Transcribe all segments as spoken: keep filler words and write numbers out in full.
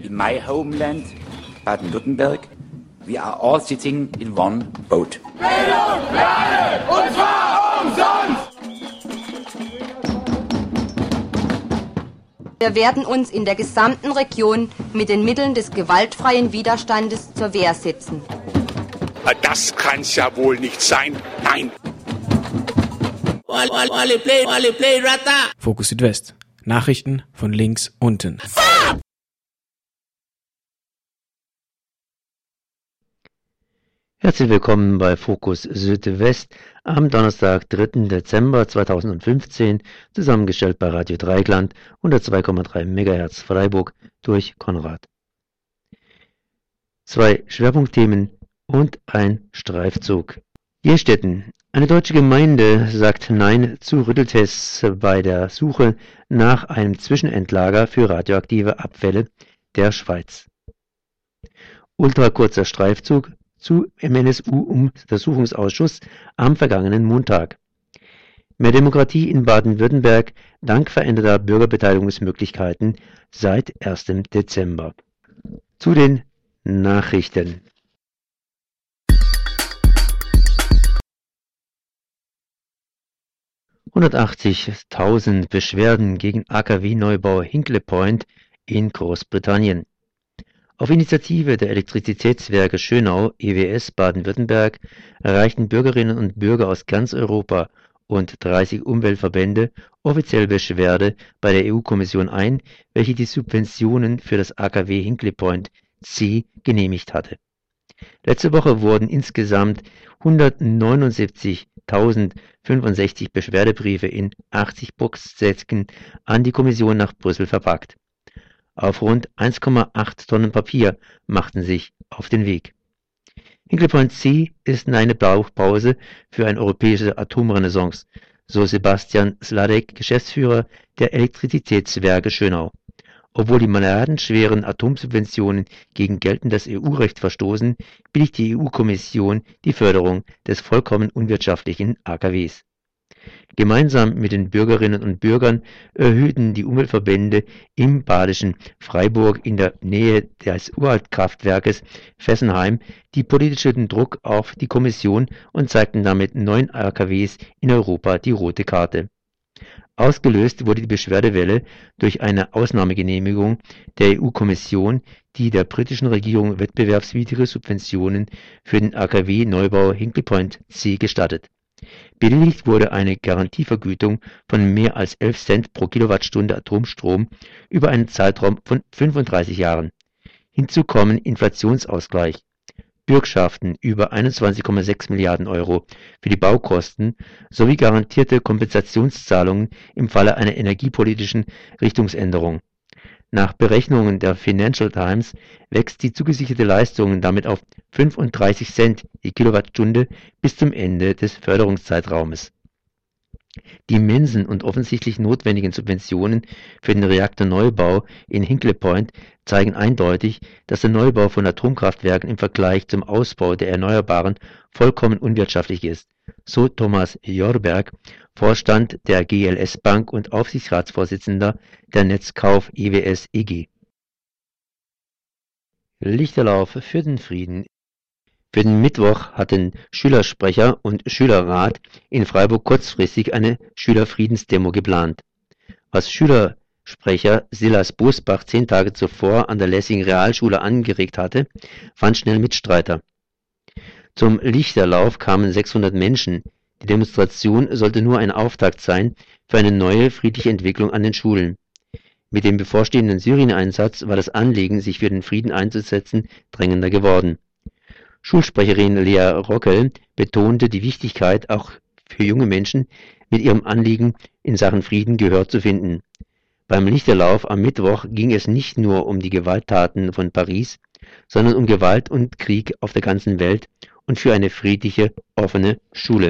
in my homeland, Baden-Württemberg, we are all sitting in one boat. Bildung für alle, und zwar umsonst! Wir werden uns in der gesamten Region mit den Mitteln des gewaltfreien Widerstandes zur Wehr setzen. Das kann's ja wohl nicht sein. Nein! Fokus Südwest. Nachrichten von links unten. Herzlich willkommen bei Fokus Südwest am Donnerstag, dritten Dezember zweitausendfünfzehn, zusammengestellt bei Radio Dreieckland, hundertzwei Komma drei Megahertz Freiburg durch Konrad. Zwei Schwerpunktthemen und ein Streifzug. Jerstetten. Eine deutsche Gemeinde sagt Nein zu Rütteltests bei der Suche nach einem Zwischenendlager für radioaktive Abfälle der Schweiz. Ultrakurzer Streifzug zu M N S U-Untersuchungsausschuss am vergangenen Montag. Mehr Demokratie in Baden-Württemberg dank veränderter Bürgerbeteiligungsmöglichkeiten seit ersten Dezember. Zu den Nachrichten. hundertachtzigtausend Beschwerden gegen A K W-Neubau Hinkley Point in Großbritannien. Auf Initiative der Elektrizitätswerke Schönau E W S Baden-Württemberg erreichten Bürgerinnen und Bürger aus ganz Europa und dreißig Umweltverbände offiziell Beschwerde bei der E U-Kommission ein, welche die Subventionen für das A K W Hinkley Point C genehmigt hatte. Letzte Woche wurden insgesamt hundertneunundsiebzigtausendfünfundsechzig Beschwerdebriefe in achtzig Boxsäcken an die Kommission nach Brüssel verpackt. Auf rund eins Komma acht Tonnen Papier machten sich auf den Weg. Hinkley Point C ist eine Blaupause für eine europäische Atomrenaissance, so Sebastian Sladek, Geschäftsführer der Elektrizitätswerke Schönau. Obwohl die milliardenschweren Atomsubventionen gegen geltendes E U-Recht verstoßen, billigt die E U-Kommission die Förderung des vollkommen unwirtschaftlichen A K Ws. Gemeinsam mit den Bürgerinnen und Bürgern erhöhten die Umweltverbände im badischen Freiburg in der Nähe des Uraltkraftwerkes Fessenheim die politischen Druck auf die Kommission und zeigten damit neun A K Ws in Europa die rote Karte. Ausgelöst wurde die Beschwerdewelle durch eine Ausnahmegenehmigung der E U-Kommission, die der britischen Regierung wettbewerbswidrige Subventionen für den A K W-Neubau Hinkley Point C gestattet. Bewilligt wurde eine Garantievergütung von mehr als elf Cent pro Kilowattstunde Atomstrom über einen Zeitraum von fünfunddreißig Jahren. Hinzu kommen Inflationsausgleich, Bürgschaften über einundzwanzig Komma sechs Milliarden Euro für die Baukosten sowie garantierte Kompensationszahlungen im Falle einer energiepolitischen Richtungsänderung. Nach Berechnungen der Financial Times wächst die zugesicherte Leistung damit auf fünfunddreißig Cent die Kilowattstunde bis zum Ende des Förderungszeitraumes. Die immensen und offensichtlich notwendigen Subventionen für den Reaktorneubau in Hinkley Point zeigen eindeutig, dass der Neubau von Atomkraftwerken im Vergleich zum Ausbau der Erneuerbaren vollkommen unwirtschaftlich ist, so Thomas Jorberg, Vorstand der G L S Bank und Aufsichtsratsvorsitzender der Netzkauf E W S E G. Lichterlauf für den Frieden. Für den Mittwoch hatten Schülersprecher und Schülerrat in Freiburg kurzfristig eine Schülerfriedensdemo geplant. Was Schülersprecher Silas Bosbach zehn Tage zuvor an der Lessing Realschule angeregt hatte, fand schnell Mitstreiter. Zum Lichterlauf kamen sechshundert Menschen. Die Demonstration sollte nur ein Auftakt sein für eine neue friedliche Entwicklung an den Schulen. Mit dem bevorstehenden Syrien-Einsatz war das Anliegen, sich für den Frieden einzusetzen, drängender geworden. Schulsprecherin Lea Rockel betonte die Wichtigkeit, auch für junge Menschen mit ihrem Anliegen in Sachen Frieden Gehör zu finden. Beim Lichterlauf am Mittwoch ging es nicht nur um die Gewalttaten von Paris, sondern um Gewalt und Krieg auf der ganzen Welt und für eine friedliche, offene Schule.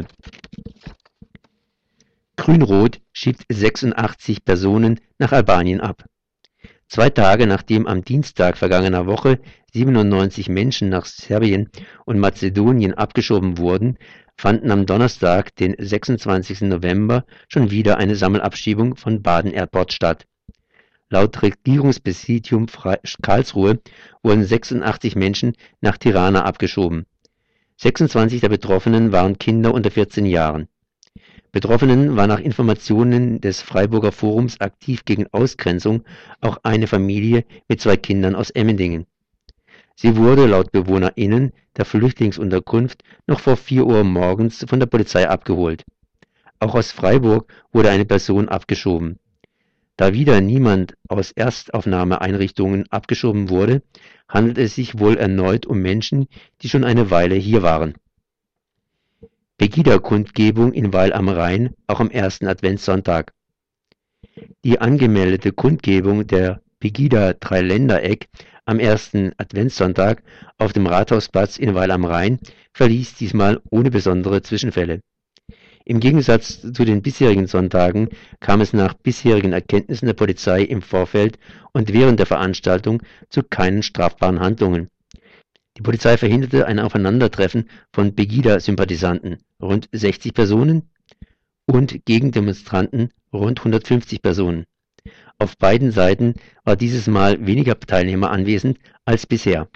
Grün-Rot schiebt sechsundachtzig Personen nach Albanien ab. Zwei Tage nachdem am Dienstag vergangener Woche siebenundneunzig Menschen nach Serbien und Mazedonien abgeschoben wurden, fanden am Donnerstag, den sechsundzwanzigsten November, schon wieder eine Sammelabschiebung von Baden Airport statt. Laut Regierungspräsidium Karlsruhe wurden sechsundachtzig Menschen nach Tirana abgeschoben. sechsundzwanzig der Betroffenen waren Kinder unter vierzehn Jahren. Betroffenen war nach Informationen des Freiburger Forums aktiv gegen Ausgrenzung auch eine Familie mit zwei Kindern aus Emmendingen. Sie wurde laut BewohnerInnen der Flüchtlingsunterkunft noch vor vier Uhr morgens von der Polizei abgeholt. Auch aus Freiburg wurde eine Person abgeschoben. Da wieder niemand aus Erstaufnahmeeinrichtungen abgeschoben wurde, handelt es sich wohl erneut um Menschen, die schon eine Weile hier waren. Pegida-Kundgebung in Weil am Rhein, auch am ersten Adventssonntag. Die angemeldete Kundgebung der Pegida-Dreiländereck am ersten Adventssonntag auf dem Rathausplatz in Weil am Rhein verlief diesmal ohne besondere Zwischenfälle. Im Gegensatz zu den bisherigen Sonntagen kam es nach bisherigen Erkenntnissen der Polizei im Vorfeld und während der Veranstaltung zu keinen strafbaren Handlungen. Die Polizei verhinderte ein Aufeinandertreffen von Pegida-Sympathisanten, rund sechzig Personen, und Gegendemonstranten, rund hundertfünfzig Personen. Auf beiden Seiten war dieses Mal weniger Teilnehmer anwesend als bisher.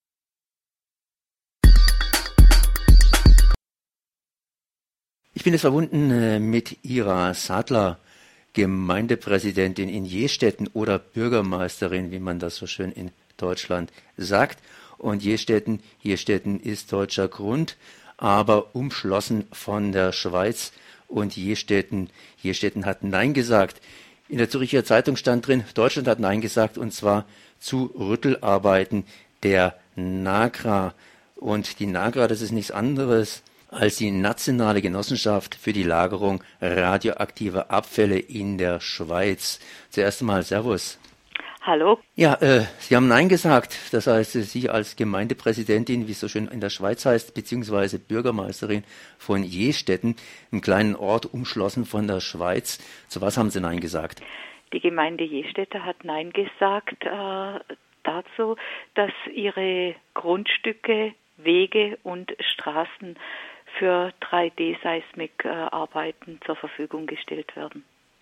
Ich bin jetzt verbunden äh, mit Ira Sadler, Gemeindepräsidentin in Jestetten oder Bürgermeisterin, wie man das so schön in Deutschland sagt. Und Jestetten, Jestetten ist deutscher Grund, aber umschlossen von der Schweiz. Und Jestetten, Jestetten hat Nein gesagt. In der Zürcher Zeitung stand drin, Deutschland hat Nein gesagt, und zwar zu Rüttelarbeiten der NAGRA. Und die NAGRA, das ist nichts anderes als die Nationale Genossenschaft für die Lagerung radioaktiver Abfälle in der Schweiz. Zuerst einmal Servus. Hallo. Ja, äh, Sie haben Nein gesagt. Das heißt, Sie als Gemeindepräsidentin, wie es so schön in der Schweiz heißt, beziehungsweise Bürgermeisterin von Jestetten, einem kleinen Ort umschlossen von der Schweiz. Zu was haben Sie Nein gesagt? Die Gemeinde Jestetten hat Nein gesagt äh, dazu, dass ihre Grundstücke, Wege und Straßen für drei D-Seismikarbeiten zur Verfügung gestellt werden.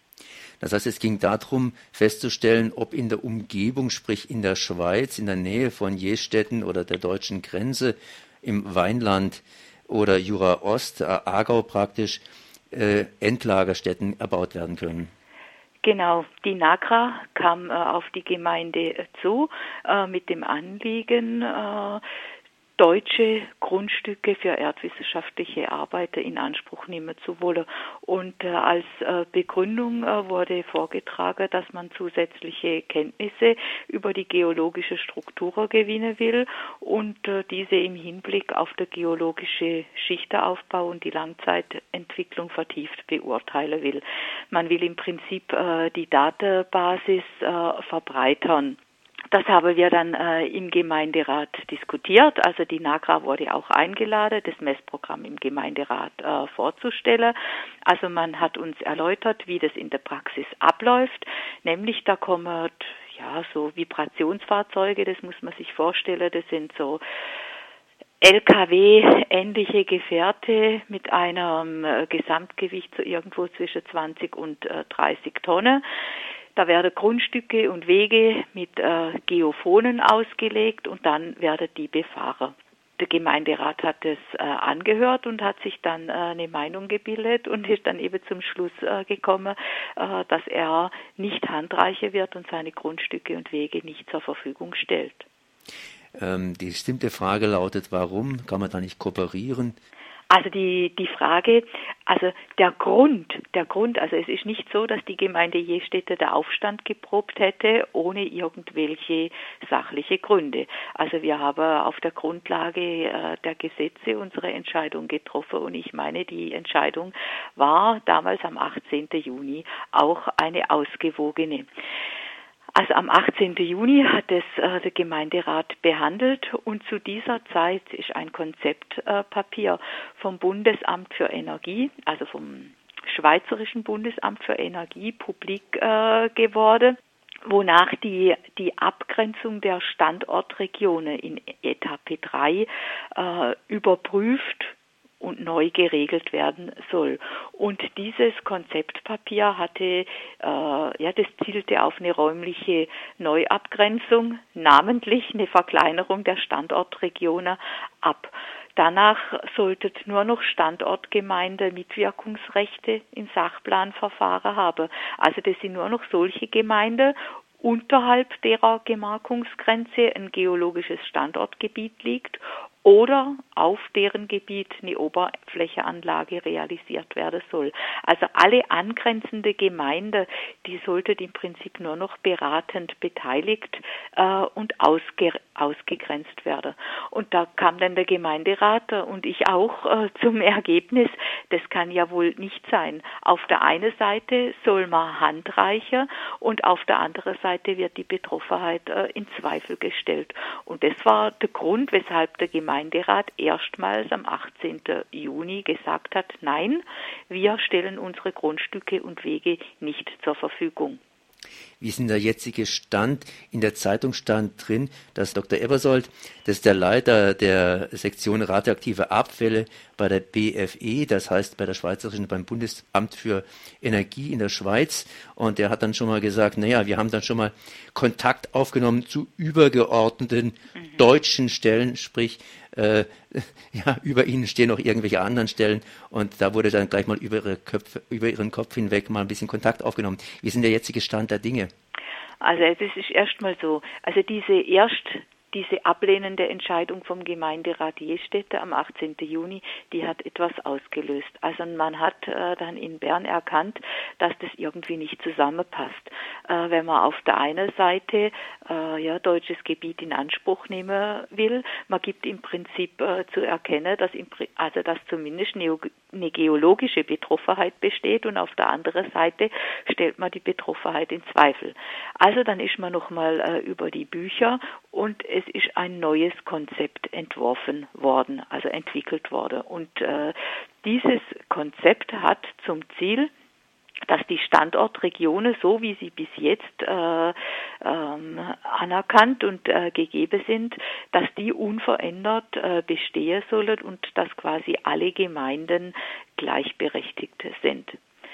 Das heißt, es ging darum, festzustellen, ob in der Umgebung, sprich in der Schweiz, in der Nähe von Jestetten oder der deutschen Grenze, im Weinland oder Jura Ost, äh, Aargau praktisch, äh, Endlagerstätten erbaut werden können. Genau, die NAGRA kam äh, auf die Gemeinde zu äh, mit dem Anliegen, äh, deutsche Grundstücke für erdwissenschaftliche Arbeiter in Anspruch nehmen zu wollen. Und äh, als äh, Begründung äh, wurde vorgetragen, dass man zusätzliche Kenntnisse über die geologische Struktur gewinnen will und äh, diese im Hinblick auf den geologischen Schichtenaufbau und die Langzeitentwicklung vertieft beurteilen will. Man will im Prinzip äh, die Datenbasis äh, verbreitern. Das haben wir dann äh, im Gemeinderat diskutiert. Also die NAGRA wurde auch eingeladen, das Messprogramm im Gemeinderat äh, vorzustellen. Also man hat uns erläutert, wie das in der Praxis abläuft. Nämlich da kommen ja so Vibrationsfahrzeuge, das muss man sich vorstellen, das sind so L K W-ähnliche Gefährte mit einem äh, Gesamtgewicht so irgendwo zwischen zwanzig und äh, dreißig Tonnen. Da werden Grundstücke und Wege mit äh, Geophonen ausgelegt und dann werden die befahren. Der Gemeinderat hat es äh, angehört und hat sich dann äh, eine Meinung gebildet und ist dann eben zum Schluss äh, gekommen, äh, dass er nicht handreicher wird und seine Grundstücke und Wege nicht zur Verfügung stellt. Ähm, die bestimmte Frage lautet, warum kann man da nicht kooperieren? Also die, die Frage, also der Grund, der Grund, also es ist nicht so, dass die Gemeinde Jestetten der Aufstand geprobt hätte, ohne irgendwelche sachliche Gründe. Also wir haben auf der Grundlage äh, der Gesetze unsere Entscheidung getroffen und ich meine, die Entscheidung war damals am achtzehnten Juni auch eine ausgewogene. Also am achtzehnten Juni hat es äh, der Gemeinderat behandelt und zu dieser Zeit ist ein Konzeptpapier äh, vom Bundesamt für Energie, also vom Schweizerischen Bundesamt für Energie, publik äh, geworden, wonach die, die Abgrenzung der Standortregionen in Etappe drei äh, überprüft und neu geregelt werden soll. Und dieses Konzeptpapier hatte, äh, ja, das zielte auf eine räumliche Neuabgrenzung, namentlich eine Verkleinerung der Standortregionen ab. Danach sollten nur noch Standortgemeinde Mitwirkungsrechte im Sachplanverfahren haben. Also das sind nur noch solche Gemeinden, unterhalb derer Gemarkungsgrenze ein geologisches Standortgebiet liegt oder auf deren Gebiet eine Oberflächeanlage realisiert werden soll. Also alle angrenzende Gemeinden, die sollten im Prinzip nur noch beratend beteiligt äh, und ausge, ausgegrenzt werden. Und da kam dann der Gemeinderat und ich auch äh, zum Ergebnis, das kann ja wohl nicht sein. Auf der einen Seite soll man Hand reichen und auf der anderen Seite wird die Betroffenheit äh, in Zweifel gestellt. Und das war der Grund, weshalb der Gemeinderat Gemeinderat erstmals am achtzehnten Juni gesagt hat, nein, wir stellen unsere Grundstücke und Wege nicht zur Verfügung. Wie ist denn der jetzige Stand? In der Zeitung stand drin, dass Doktor Ebersold, das ist der Leiter der Sektion radioaktive Abfälle bei der B F E, das heißt bei der Schweizerischen, beim Bundesamt für Energie in der Schweiz. Und der hat dann schon mal gesagt, naja, wir haben dann schon mal Kontakt aufgenommen zu übergeordneten mhm. deutschen Stellen, sprich, äh, ja, über ihnen stehen noch irgendwelche anderen Stellen. Und da wurde dann gleich mal über ihre Köpfe, über ihren Kopf hinweg mal ein bisschen Kontakt aufgenommen. Wie ist denn der jetzige Stand der Dinge? Also das ist erstmal so. Also diese erst diese ablehnende Entscheidung vom Gemeinderat Jestetter am achtzehnten Juni, die hat etwas ausgelöst. Also man hat äh, dann in Bern erkannt, dass das irgendwie nicht zusammenpasst. Äh, wenn man auf der einen Seite äh, ja, deutsches Gebiet in Anspruch nehmen will, man gibt im Prinzip äh, zu erkennen, dass, im, also dass zumindest eine, eine geologische Betroffenheit besteht und auf der anderen Seite stellt man die Betroffenheit in Zweifel. Also dann ist man nochmal äh, über die Bücher und es ist ein neues Konzept entworfen worden, also entwickelt worden. Und äh, dieses Konzept hat zum Ziel, dass die Standortregionen, so wie sie bis jetzt äh, ähm, anerkannt und äh, gegeben sind, dass die unverändert äh, bestehen sollen und dass quasi alle Gemeinden gleichberechtigt sind.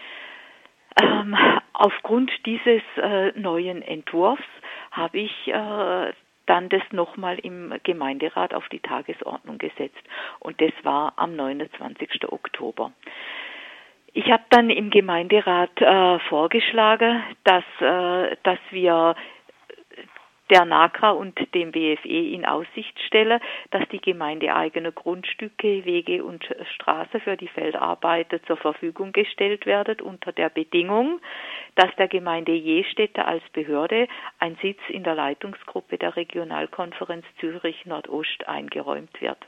Ähm, aufgrund dieses äh, neuen Entwurfs habe ich äh, dann das nochmal im Gemeinderat auf die Tagesordnung gesetzt. Und das war am neunundzwanzigsten Oktober. Ich habe dann im Gemeinderat äh, vorgeschlagen, dass, äh, dass wir der NAKRA und dem B F E in Aussicht stellen, dass die gemeindeeigene Grundstücke, Wege und Straßen für die Feldarbeiter zur Verfügung gestellt werden, unter der Bedingung, dass der Gemeinde Jestetter als Behörde ein Sitz in der Leitungsgruppe der Regionalkonferenz Zürich Nordost eingeräumt wird.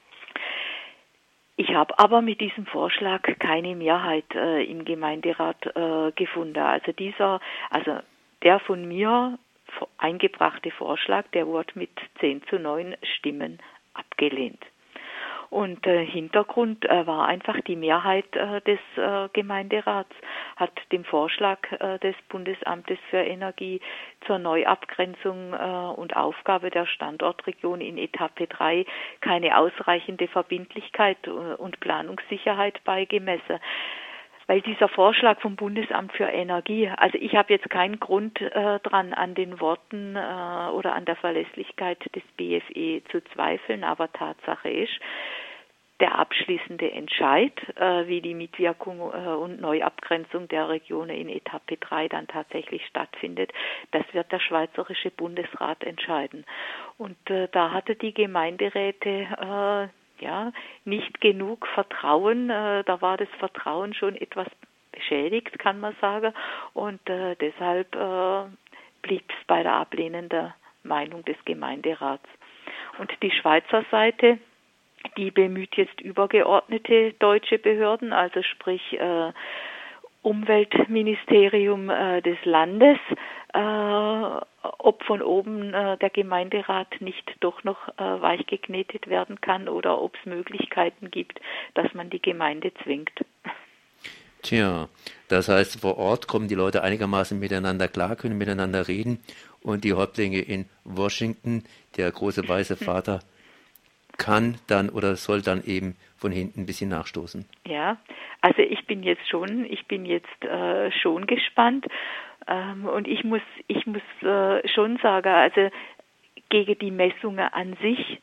Ich habe aber mit diesem Vorschlag keine Mehrheit äh, im Gemeinderat äh, gefunden. Also dieser, also der von mir eingebrachte Vorschlag, der wurde mit zehn zu neun Stimmen abgelehnt. Und äh, Hintergrund äh, war einfach die Mehrheit äh, des äh, Gemeinderats, hat dem Vorschlag äh, des Bundesamtes für Energie zur Neuabgrenzung äh, und Aufgabe der Standortregion in Etappe drei keine ausreichende Verbindlichkeit äh, und Planungssicherheit beigemessen. Weil dieser Vorschlag vom Bundesamt für Energie, also ich habe jetzt keinen Grund äh, dran, an den Worten äh, oder an der Verlässlichkeit des B F E zu zweifeln, aber Tatsache ist, der abschließende Entscheid, äh, wie die Mitwirkung äh, und Neuabgrenzung der Regionen in Etappe drei dann tatsächlich stattfindet, das wird der Schweizerische Bundesrat entscheiden. Und äh, da hatte die Gemeinderäte äh, ja, nicht genug Vertrauen, äh, da war das Vertrauen schon etwas beschädigt, kann man sagen, und äh, deshalb äh, blieb es bei der ablehnenden Meinung des Gemeinderats. Und die Schweizer Seite, die bemüht jetzt übergeordnete deutsche Behörden, also sprich äh, Umweltministerium äh, des Landes, äh, ob von oben äh, der Gemeinderat nicht doch noch äh, weichgeknetet werden kann oder ob es Möglichkeiten gibt, dass man die Gemeinde zwingt. Tja, das heißt, vor Ort kommen die Leute einigermaßen miteinander klar, können miteinander reden und die Häuptlinge in Washington, der große weiße Vater, kann dann oder soll dann eben von hinten ein bisschen nachstoßen. Ja, also ich bin jetzt schon, ich bin jetzt äh, schon gespannt ähm, und ich muss, ich muss äh, schon sagen, also gegen die Messungen an sich,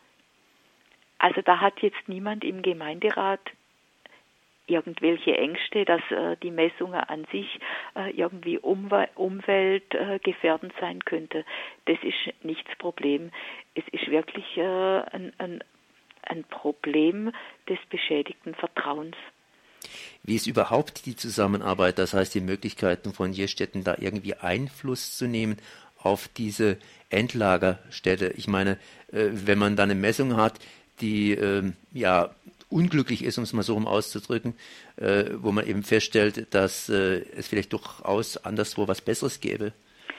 also da hat jetzt niemand im Gemeinderat irgendwelche Ängste, dass äh, die Messungen an sich äh, irgendwie umwe- umweltgefährdend äh, sein könnte. Das ist nicht das Problem. Es ist wirklich äh, ein, ein, ein Problem des beschädigten Vertrauens. Wie ist überhaupt die Zusammenarbeit, das heißt die Möglichkeiten von Jestätten, da irgendwie Einfluss zu nehmen auf diese Endlagerstätte? Ich meine, äh, wenn man da eine Messung hat, die äh, ja unglücklich ist, um es mal so rum auszudrücken, äh, wo man eben feststellt, dass äh, es vielleicht durchaus anderswo was Besseres gäbe?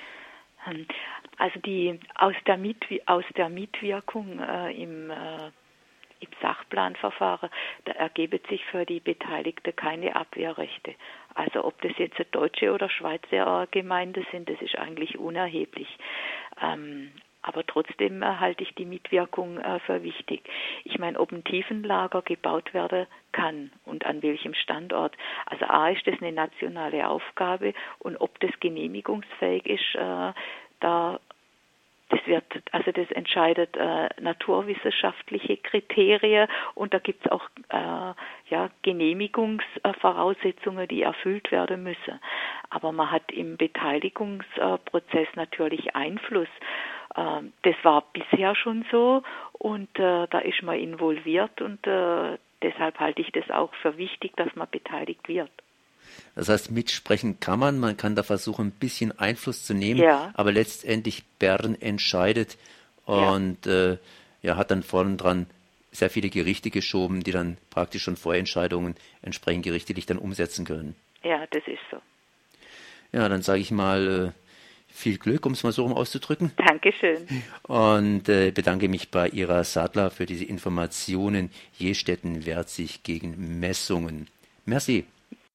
Also die aus der, Mitwi- aus der Mitwirkung äh, im, äh, im Sachplanverfahren, da ergeben sich für die Beteiligten keine Abwehrrechte. Also ob das jetzt eine deutsche oder Schweizer Gemeinde sind, das ist eigentlich unerheblich. Ähm, Aber trotzdem äh, halte ich die Mitwirkung äh, für wichtig. Ich meine, ob ein Tiefenlager gebaut werden kann und an welchem Standort. Also A, ist das eine nationale Aufgabe und ob das genehmigungsfähig ist, äh, da das wird, also das entscheidet äh, naturwissenschaftliche Kriterien und da gibt es auch äh, ja, Genehmigungsvoraussetzungen, die erfüllt werden müssen. Aber man hat im Beteiligungsprozess natürlich Einfluss. Äh, das war bisher schon so und äh, da ist man involviert und äh, deshalb halte ich das auch für wichtig, dass man beteiligt wird. Das heißt, mitsprechen kann man, man kann da versuchen, ein bisschen Einfluss zu nehmen, ja. aber letztendlich Bern entscheidet und ja. Äh, ja, hat dann vorne dran sehr viele Gerichte geschoben, die dann praktisch schon Vorentscheidungen entsprechend gerichtlich dann umsetzen können. Ja, das ist so. Ja, dann sage ich mal äh, viel Glück, um es mal so rum auszudrücken. Dankeschön. Und äh, bedanke mich bei Ira Sadler für diese Informationen. Jestätten wehrt sich gegen Messungen. Merci.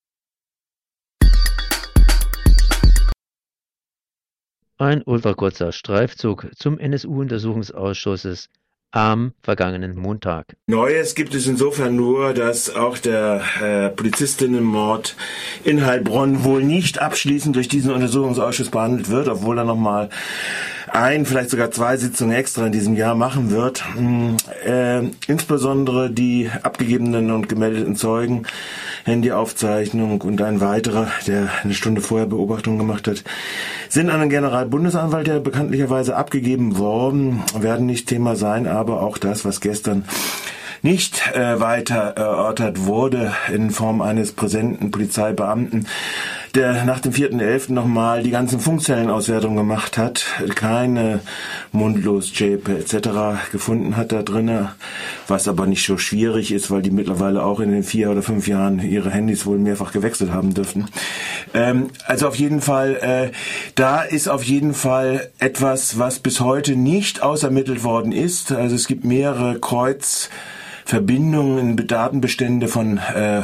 Ein ultrakurzer Streifzug zum N S U-Untersuchungsausschusses am vergangenen Montag. Neues gibt es insofern nur, dass auch der äh, Polizistinnenmord in Heilbronn wohl nicht abschließend durch diesen Untersuchungsausschuss behandelt wird, obwohl er nochmal ein, vielleicht sogar zwei Sitzungen extra in diesem Jahr machen wird. Äh, insbesondere die abgegebenen und gemeldeten Zeugen, Handyaufzeichnung und ein weiterer, der eine Stunde vorher Beobachtung gemacht hat, sind an den Generalbundesanwalt ja bekanntlicherweise abgegeben worden, werden nicht Thema sein, aber auch das, was gestern nicht äh, weiter erörtert wurde in Form eines präsenten Polizeibeamten, der nach dem vierten elften nochmal die ganzen Funkzellenauswertungen gemacht hat, keine Mundlos-Jape et cetera gefunden hat da drinnen, was aber nicht so schwierig ist, weil die mittlerweile auch in den vier oder fünf Jahren ihre Handys wohl mehrfach gewechselt haben dürften. Ähm, also auf jeden Fall, äh, da ist auf jeden Fall etwas, was bis heute nicht ausermittelt worden ist. Also es gibt mehrere Kreuzverbindungen in Datenbestände von äh,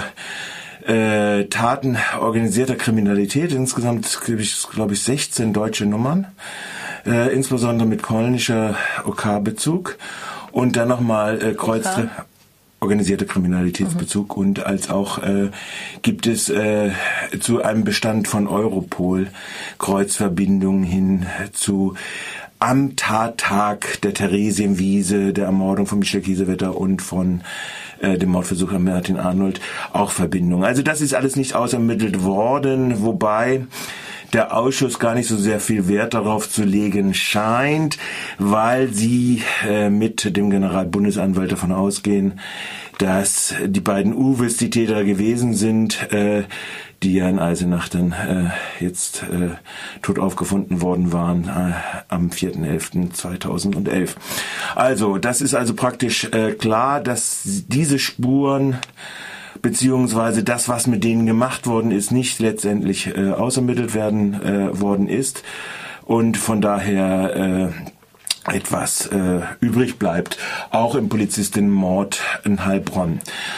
Äh, Taten organisierter Kriminalität, insgesamt glaube ich, glaub ich sechzehn deutsche Nummern, äh, insbesondere mit polnischer O K-Bezug und dann nochmal äh, Kreuz okay. organisierte Kriminalitätsbezug mhm. und als auch äh, gibt es äh, zu einem Bestand von Europol Kreuzverbindungen hin zu am Tattag der Theresienwiese, der Ermordung von Michel Kiesewetter und von äh, dem Mordversuch an Martin Arnold auch Verbindungen. Also das ist alles nicht ausermittelt worden, wobei der Ausschuss gar nicht so sehr viel Wert darauf zu legen scheint, weil sie äh, mit dem Generalbundesanwalt davon ausgehen, dass die beiden Uwes die Täter gewesen sind, äh, die ja in Eisenach dann äh, jetzt äh, tot aufgefunden worden waren äh, am vierten elften zweitausendelf. Also, das ist also praktisch äh, klar, dass diese Spuren beziehungsweise das, was mit denen gemacht worden ist, nicht letztendlich äh, ausermittelt werden äh, worden ist und von daher äh, etwas äh, übrig bleibt, auch im Polizistinnenmord in Heilbronn.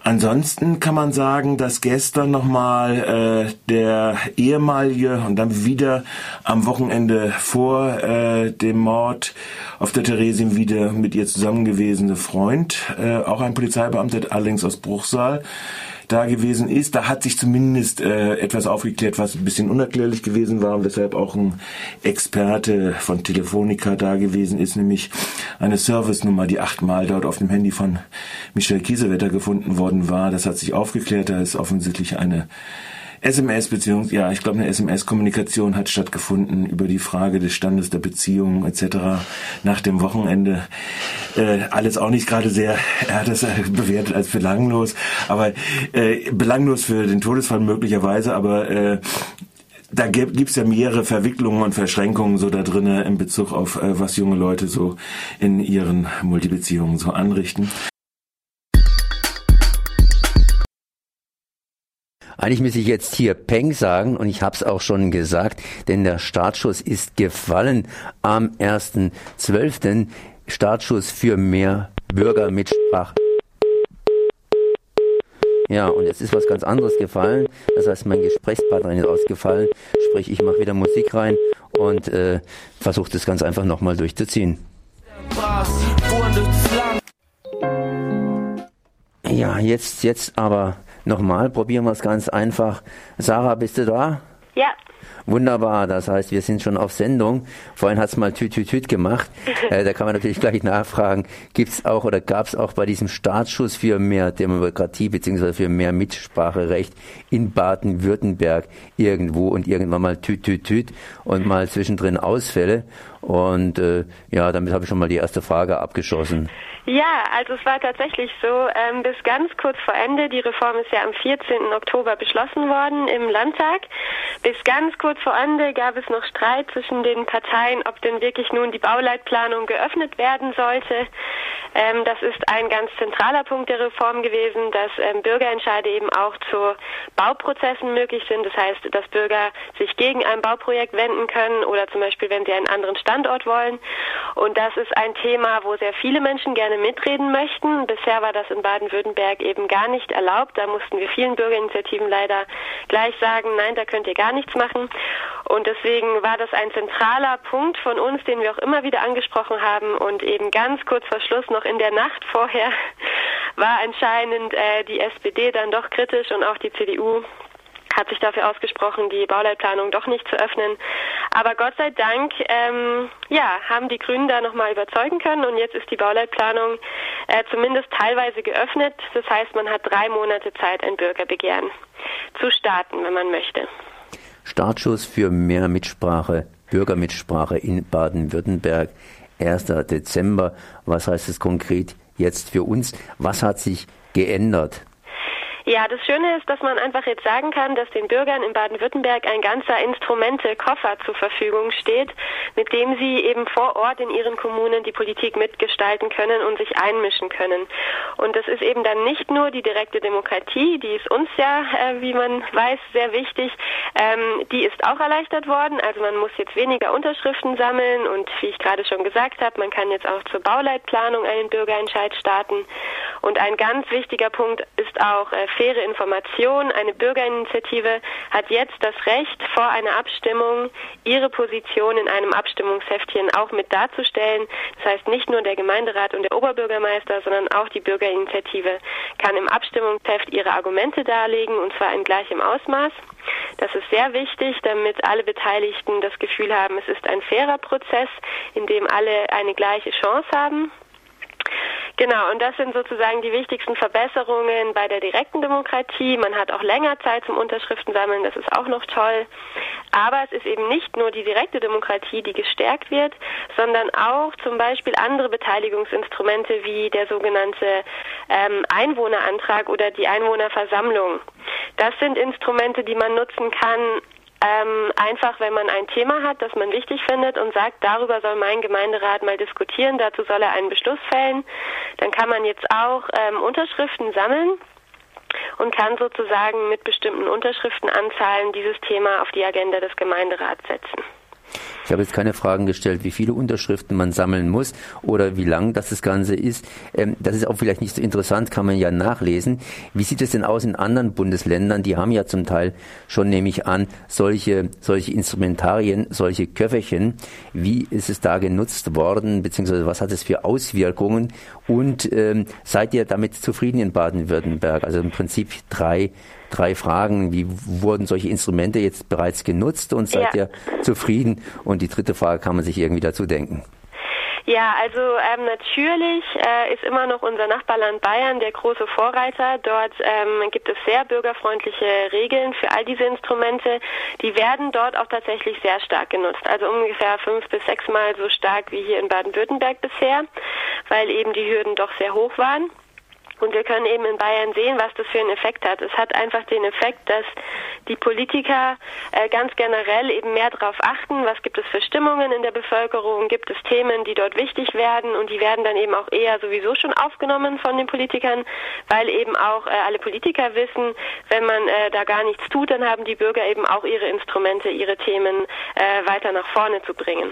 Ansonsten kann man sagen, dass gestern nochmal äh, der ehemalige und dann wieder am Wochenende vor äh, dem Mord auf der Theresienwiese mit ihr zusammen gewesene Freund, äh, auch ein Polizeibeamter, allerdings aus Bruchsal, da gewesen ist. Da hat sich zumindest äh, etwas aufgeklärt, was ein bisschen unerklärlich gewesen war und weshalb auch ein Experte von Telefonica da gewesen ist, nämlich eine Servicenummer, die achtmal dort auf dem Handy von Michel Kiesewetter gefunden worden war. Das hat sich aufgeklärt, da ist offensichtlich eine S M S, beziehungsweise, ja, ich glaube, eine S M S-Kommunikation hat stattgefunden über die Frage des Standes der Beziehung et cetera nach dem Wochenende. Äh, alles auch nicht gerade sehr, er hat das äh, bewertet als belanglos, aber äh, belanglos für den Todesfall möglicherweise, aber äh, da gibt's ja mehrere Verwicklungen und Verschränkungen so da drinnen in Bezug auf, äh, was junge Leute so in ihren Multibeziehungen so anrichten. Eigentlich muss ich jetzt hier Peng sagen und ich habe es auch schon gesagt, denn der Startschuss ist gefallen am ersten zwölften Startschuss für mehr Bürgermitsprache. Ja, und jetzt ist was ganz anderes gefallen. Das heißt, mein Gesprächspartner ist ausgefallen. Sprich, ich mache wieder Musik rein und äh, versuche das ganz einfach nochmal durchzuziehen. Ja, jetzt, jetzt aber nochmal, probieren wir es ganz einfach. Sarah, bist du da? Ja. Wunderbar, das heißt, wir sind schon auf Sendung. Vorhin hat es mal Tüt, Tüt, Tüt gemacht. äh, da kann man natürlich gleich nachfragen, gibt es auch oder gab es auch bei diesem Startschuss für mehr Demokratie bzw. für mehr Mitspracherecht in Baden-Württemberg irgendwo und irgendwann mal Tüt, Tüt, Tüt und mal zwischendrin Ausfälle? Und äh, ja, damit habe ich schon mal die erste Frage abgeschossen. Ja, also es war tatsächlich so, ähm, bis ganz kurz vor Ende, die Reform ist ja am vierzehnten Oktober beschlossen worden im Landtag, bis ganz kurz vor Ende gab es noch Streit zwischen den Parteien, ob denn wirklich nun die Bauleitplanung geöffnet werden sollte. Ähm, das ist ein ganz zentraler Punkt der Reform gewesen, dass ähm, Bürgerentscheide eben auch zu Bauprozessen möglich sind. Das heißt, dass Bürger sich gegen ein Bauprojekt wenden können oder zum Beispiel, wenn sie einen anderen Standort wollen. Und das ist ein Thema, wo sehr viele Menschen gerne mitreden möchten. Bisher war das in Baden-Württemberg eben gar nicht erlaubt. Da mussten wir vielen Bürgerinitiativen leider gleich sagen, nein, da könnt ihr gar nichts machen. Und deswegen war das ein zentraler Punkt von uns, den wir auch immer wieder angesprochen haben. Und eben ganz kurz vor Schluss, noch in der Nacht vorher, war anscheinend äh, die S P D dann doch kritisch und auch die C D U hat sich dafür ausgesprochen, die Bauleitplanung doch nicht zu öffnen. Aber Gott sei Dank, ähm, ja, haben die Grünen da nochmal überzeugen können und jetzt ist die Bauleitplanung äh, zumindest teilweise geöffnet. Das heißt, man hat drei Monate Zeit, ein Bürgerbegehren zu starten, wenn man möchte. Startschuss für mehr Mitsprache, Bürgermitsprache in Baden-Württemberg, erster Dezember. Was heißt es konkret jetzt für uns? Was hat sich geändert? Ja, das Schöne ist, dass man einfach jetzt sagen kann, dass den Bürgern in Baden-Württemberg ein ganzer Instrumente-Koffer zur Verfügung steht, mit dem sie eben vor Ort in ihren Kommunen die Politik mitgestalten können und sich einmischen können. Und das ist eben dann nicht nur die direkte Demokratie, die ist uns ja, äh, wie man weiß, sehr wichtig. Ähm, die ist auch erleichtert worden. Also man muss jetzt weniger Unterschriften sammeln und wie ich gerade schon gesagt habe, man kann jetzt auch zur Bauleitplanung einen Bürgerentscheid starten. Und ein ganz wichtiger Punkt ist auch äh, faire Information. Eine Bürgerinitiative hat jetzt das Recht, vor einer Abstimmung ihre Position in einem Abstimmungsheftchen auch mit darzustellen. Das heißt, nicht nur der Gemeinderat und der Oberbürgermeister, sondern auch die Bürgerinitiative kann im Abstimmungsheft ihre Argumente darlegen, und zwar in gleichem Ausmaß. Das ist sehr wichtig, damit alle Beteiligten das Gefühl haben, es ist ein fairer Prozess, in dem alle eine gleiche Chance haben. Genau, und das sind sozusagen die wichtigsten Verbesserungen bei der direkten Demokratie. Man hat auch länger Zeit zum Unterschriften sammeln, das ist auch noch toll. Aber es ist eben nicht nur die direkte Demokratie, die gestärkt wird, sondern auch zum Beispiel andere Beteiligungsinstrumente wie der sogenannte ähm, Einwohnerantrag oder die Einwohnerversammlung. Das sind Instrumente, die man nutzen kann, Ähm, einfach, wenn man ein Thema hat, das man wichtig findet und sagt, darüber soll mein Gemeinderat mal diskutieren, dazu soll er einen Beschluss fällen, dann kann man jetzt auch ähm, Unterschriften sammeln und kann sozusagen mit bestimmten Unterschriftenanzahlen dieses Thema auf die Agenda des Gemeinderats setzen. Ich habe jetzt keine Fragen gestellt, wie viele Unterschriften man sammeln muss oder wie lang das das Ganze ist. Ähm, das ist auch vielleicht nicht so interessant, kann man ja nachlesen. Wie sieht es denn aus in anderen Bundesländern? Die haben ja zum Teil schon, nehme ich an, solche, solche Instrumentarien, solche Köfferchen. Wie ist es da genutzt worden, beziehungsweise was hat es für Auswirkungen? Und ähm, seid ihr damit zufrieden in Baden-Württemberg? Also im Prinzip drei Drei Fragen, wie wurden solche Instrumente jetzt bereits genutzt und seid ja. ihr zufrieden? Und die dritte Frage, kann man sich irgendwie dazu denken? Ja, also ähm, natürlich äh, ist immer noch unser Nachbarland Bayern der große Vorreiter. Dort ähm, gibt es sehr bürgerfreundliche Regeln für all diese Instrumente. Die werden dort auch tatsächlich sehr stark genutzt, also ungefähr fünf bis sechsmal so stark wie hier in Baden-Württemberg bisher, weil eben die Hürden doch sehr hoch waren. Und wir können eben in Bayern sehen, was das für einen Effekt hat. Es hat einfach den Effekt, dass die Politiker äh, ganz generell eben mehr darauf achten, was gibt es für Stimmungen in der Bevölkerung, gibt es Themen, die dort wichtig werden, und die werden dann eben auch eher sowieso schon aufgenommen von den Politikern, weil eben auch äh, alle Politiker wissen, wenn man äh, da gar nichts tut, dann haben die Bürger eben auch ihre Instrumente, ihre Themen äh, weiter nach vorne zu bringen.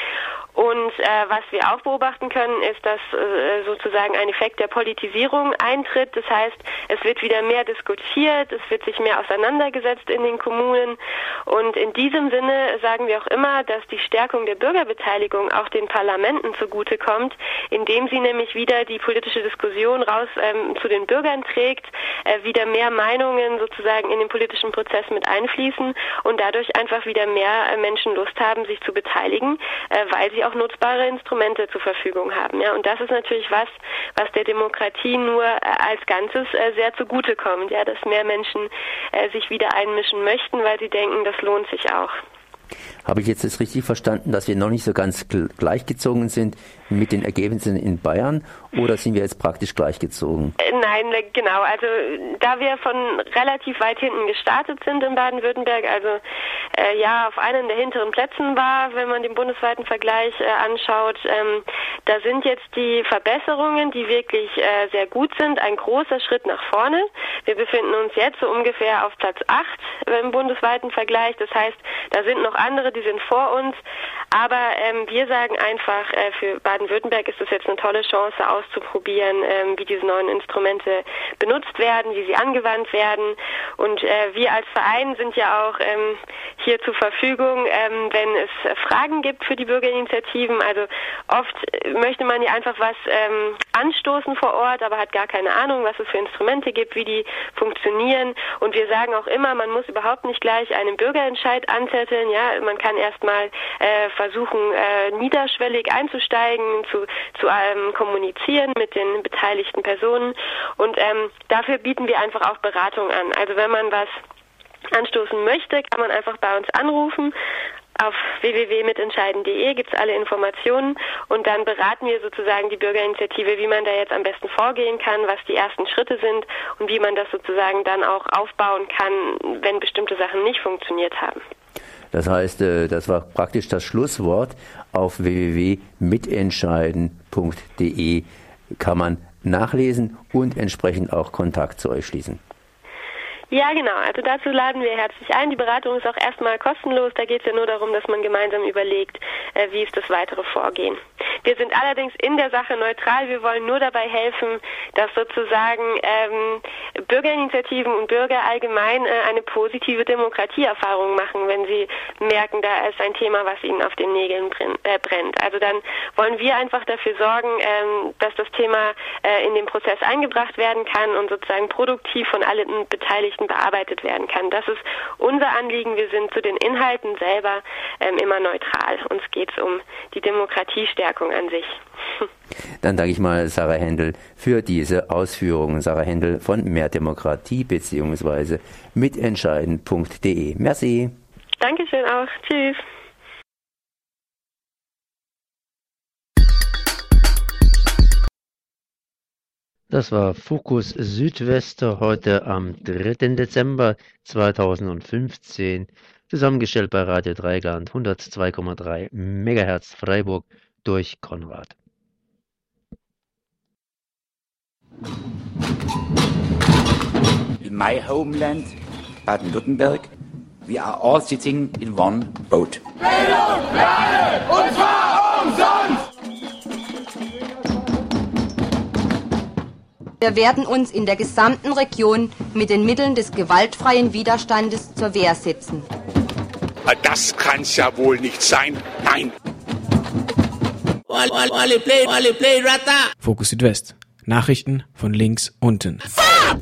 Und äh, was wir auch beobachten können, ist, dass äh, sozusagen ein Effekt der Politisierung eintritt. Das heißt, es wird wieder mehr diskutiert, es wird sich mehr auseinandergesetzt in den Kommunen. Und in diesem Sinne sagen wir auch immer, dass die Stärkung der Bürgerbeteiligung auch den Parlamenten zugutekommt, indem sie nämlich wieder die politische Diskussion raus ähm, zu den Bürgern trägt, äh, wieder mehr Meinungen sozusagen in den politischen Prozess mit einfließen und dadurch einfach wieder mehr äh, Menschen Lust haben, sich zu beteiligen, äh, weil sie auch nutzbare Instrumente zur Verfügung haben. Ja, und das ist natürlich was, was der Demokratie nur äh, als Ganzes äh, sehr zugutekommt, ja, dass mehr Menschen äh, sich wieder einmischen möchten, weil sie denken, das lohnt sich auch. Habe ich jetzt das richtig verstanden, dass wir noch nicht so ganz gleichgezogen sind mit den Ergebnissen in Bayern, oder sind wir jetzt praktisch gleichgezogen? Nein, genau. Also da wir von relativ weit hinten gestartet sind in Baden-Württemberg, also äh, ja auf einem der hinteren Plätzen war, wenn man den bundesweiten Vergleich äh, anschaut, ähm, da sind jetzt die Verbesserungen, die wirklich äh, sehr gut sind, ein großer Schritt nach vorne. Wir befinden uns jetzt so ungefähr auf Platz acht im bundesweiten Vergleich. Das heißt, da sind noch andere, die sind vor uns. Aber ähm, wir sagen einfach, äh, für Baden-Württemberg ist es jetzt eine tolle Chance auszuprobieren, ähm, wie diese neuen Instrumente benutzt werden, wie sie angewandt werden. Und äh, wir als Verein sind ja auch ähm, hier zur Verfügung, ähm, wenn es Fragen gibt für die Bürgerinitiativen. Also oft möchte man ja einfach was ähm, anstoßen vor Ort, aber hat gar keine Ahnung, was es für Instrumente gibt, wie die funktionieren. Und wir sagen auch immer, man muss überhaupt nicht gleich einen Bürgerentscheid anzetteln. Ja, man kann erstmal äh, versuchen, äh, niederschwellig einzusteigen, zu, zu ähm, kommunizieren mit den beteiligten Personen. Und ähm, dafür bieten wir einfach auch Beratung an. Also wenn man was anstoßen möchte, kann man einfach bei uns anrufen. Auf w w w punkt mitentscheiden punkt de gibt es alle Informationen, und dann beraten wir sozusagen die Bürgerinitiative, wie man da jetzt am besten vorgehen kann, was die ersten Schritte sind und wie man das sozusagen dann auch aufbauen kann, wenn bestimmte Sachen nicht funktioniert haben. Das heißt, das war praktisch das Schlusswort. Auf w w w punkt mitentscheiden punkt de kann man nachlesen und entsprechend auch Kontakt zu euch schließen. Ja, genau. Also dazu laden wir herzlich ein. Die Beratung ist auch erstmal kostenlos. Da geht es ja nur darum, dass man gemeinsam überlegt, äh, wie ist das weitere Vorgehen. Wir sind allerdings in der Sache neutral. Wir wollen nur dabei helfen, dass sozusagen ähm, Bürgerinitiativen und Bürger allgemein äh, eine positive Demokratieerfahrung machen, wenn sie merken, da ist ein Thema, was ihnen auf den Nägeln brennt. Also dann wollen wir einfach dafür sorgen, ähm, dass das Thema äh, in den Prozess eingebracht werden kann und sozusagen produktiv von allen Beteiligten bearbeitet werden kann. Das ist unser Anliegen. Wir sind zu den Inhalten selber ähm, immer neutral. Uns geht es um die Demokratiestärkung an sich. Dann danke ich mal Sarah Händel für diese Ausführungen. Sarah Händel von Mehr Demokratie bzw. mitentscheiden punkt de. Merci. Dankeschön auch. Tschüss. Das war Fokus Südwester heute am dritten Dezember zweitausendfünfzehn, zusammengestellt bei Radio Dreigland hundertzwei Komma drei Megahertz Freiburg durch Konrad. In my homeland, Baden-Württemberg, We are all sitting in one boat. Bildung für alle, und zwar umsonst! Wir werden uns in der gesamten Region mit den Mitteln des gewaltfreien Widerstandes zur Wehr setzen. Das kann's ja wohl nicht sein. Nein. Fokus Südwest. Nachrichten von links unten.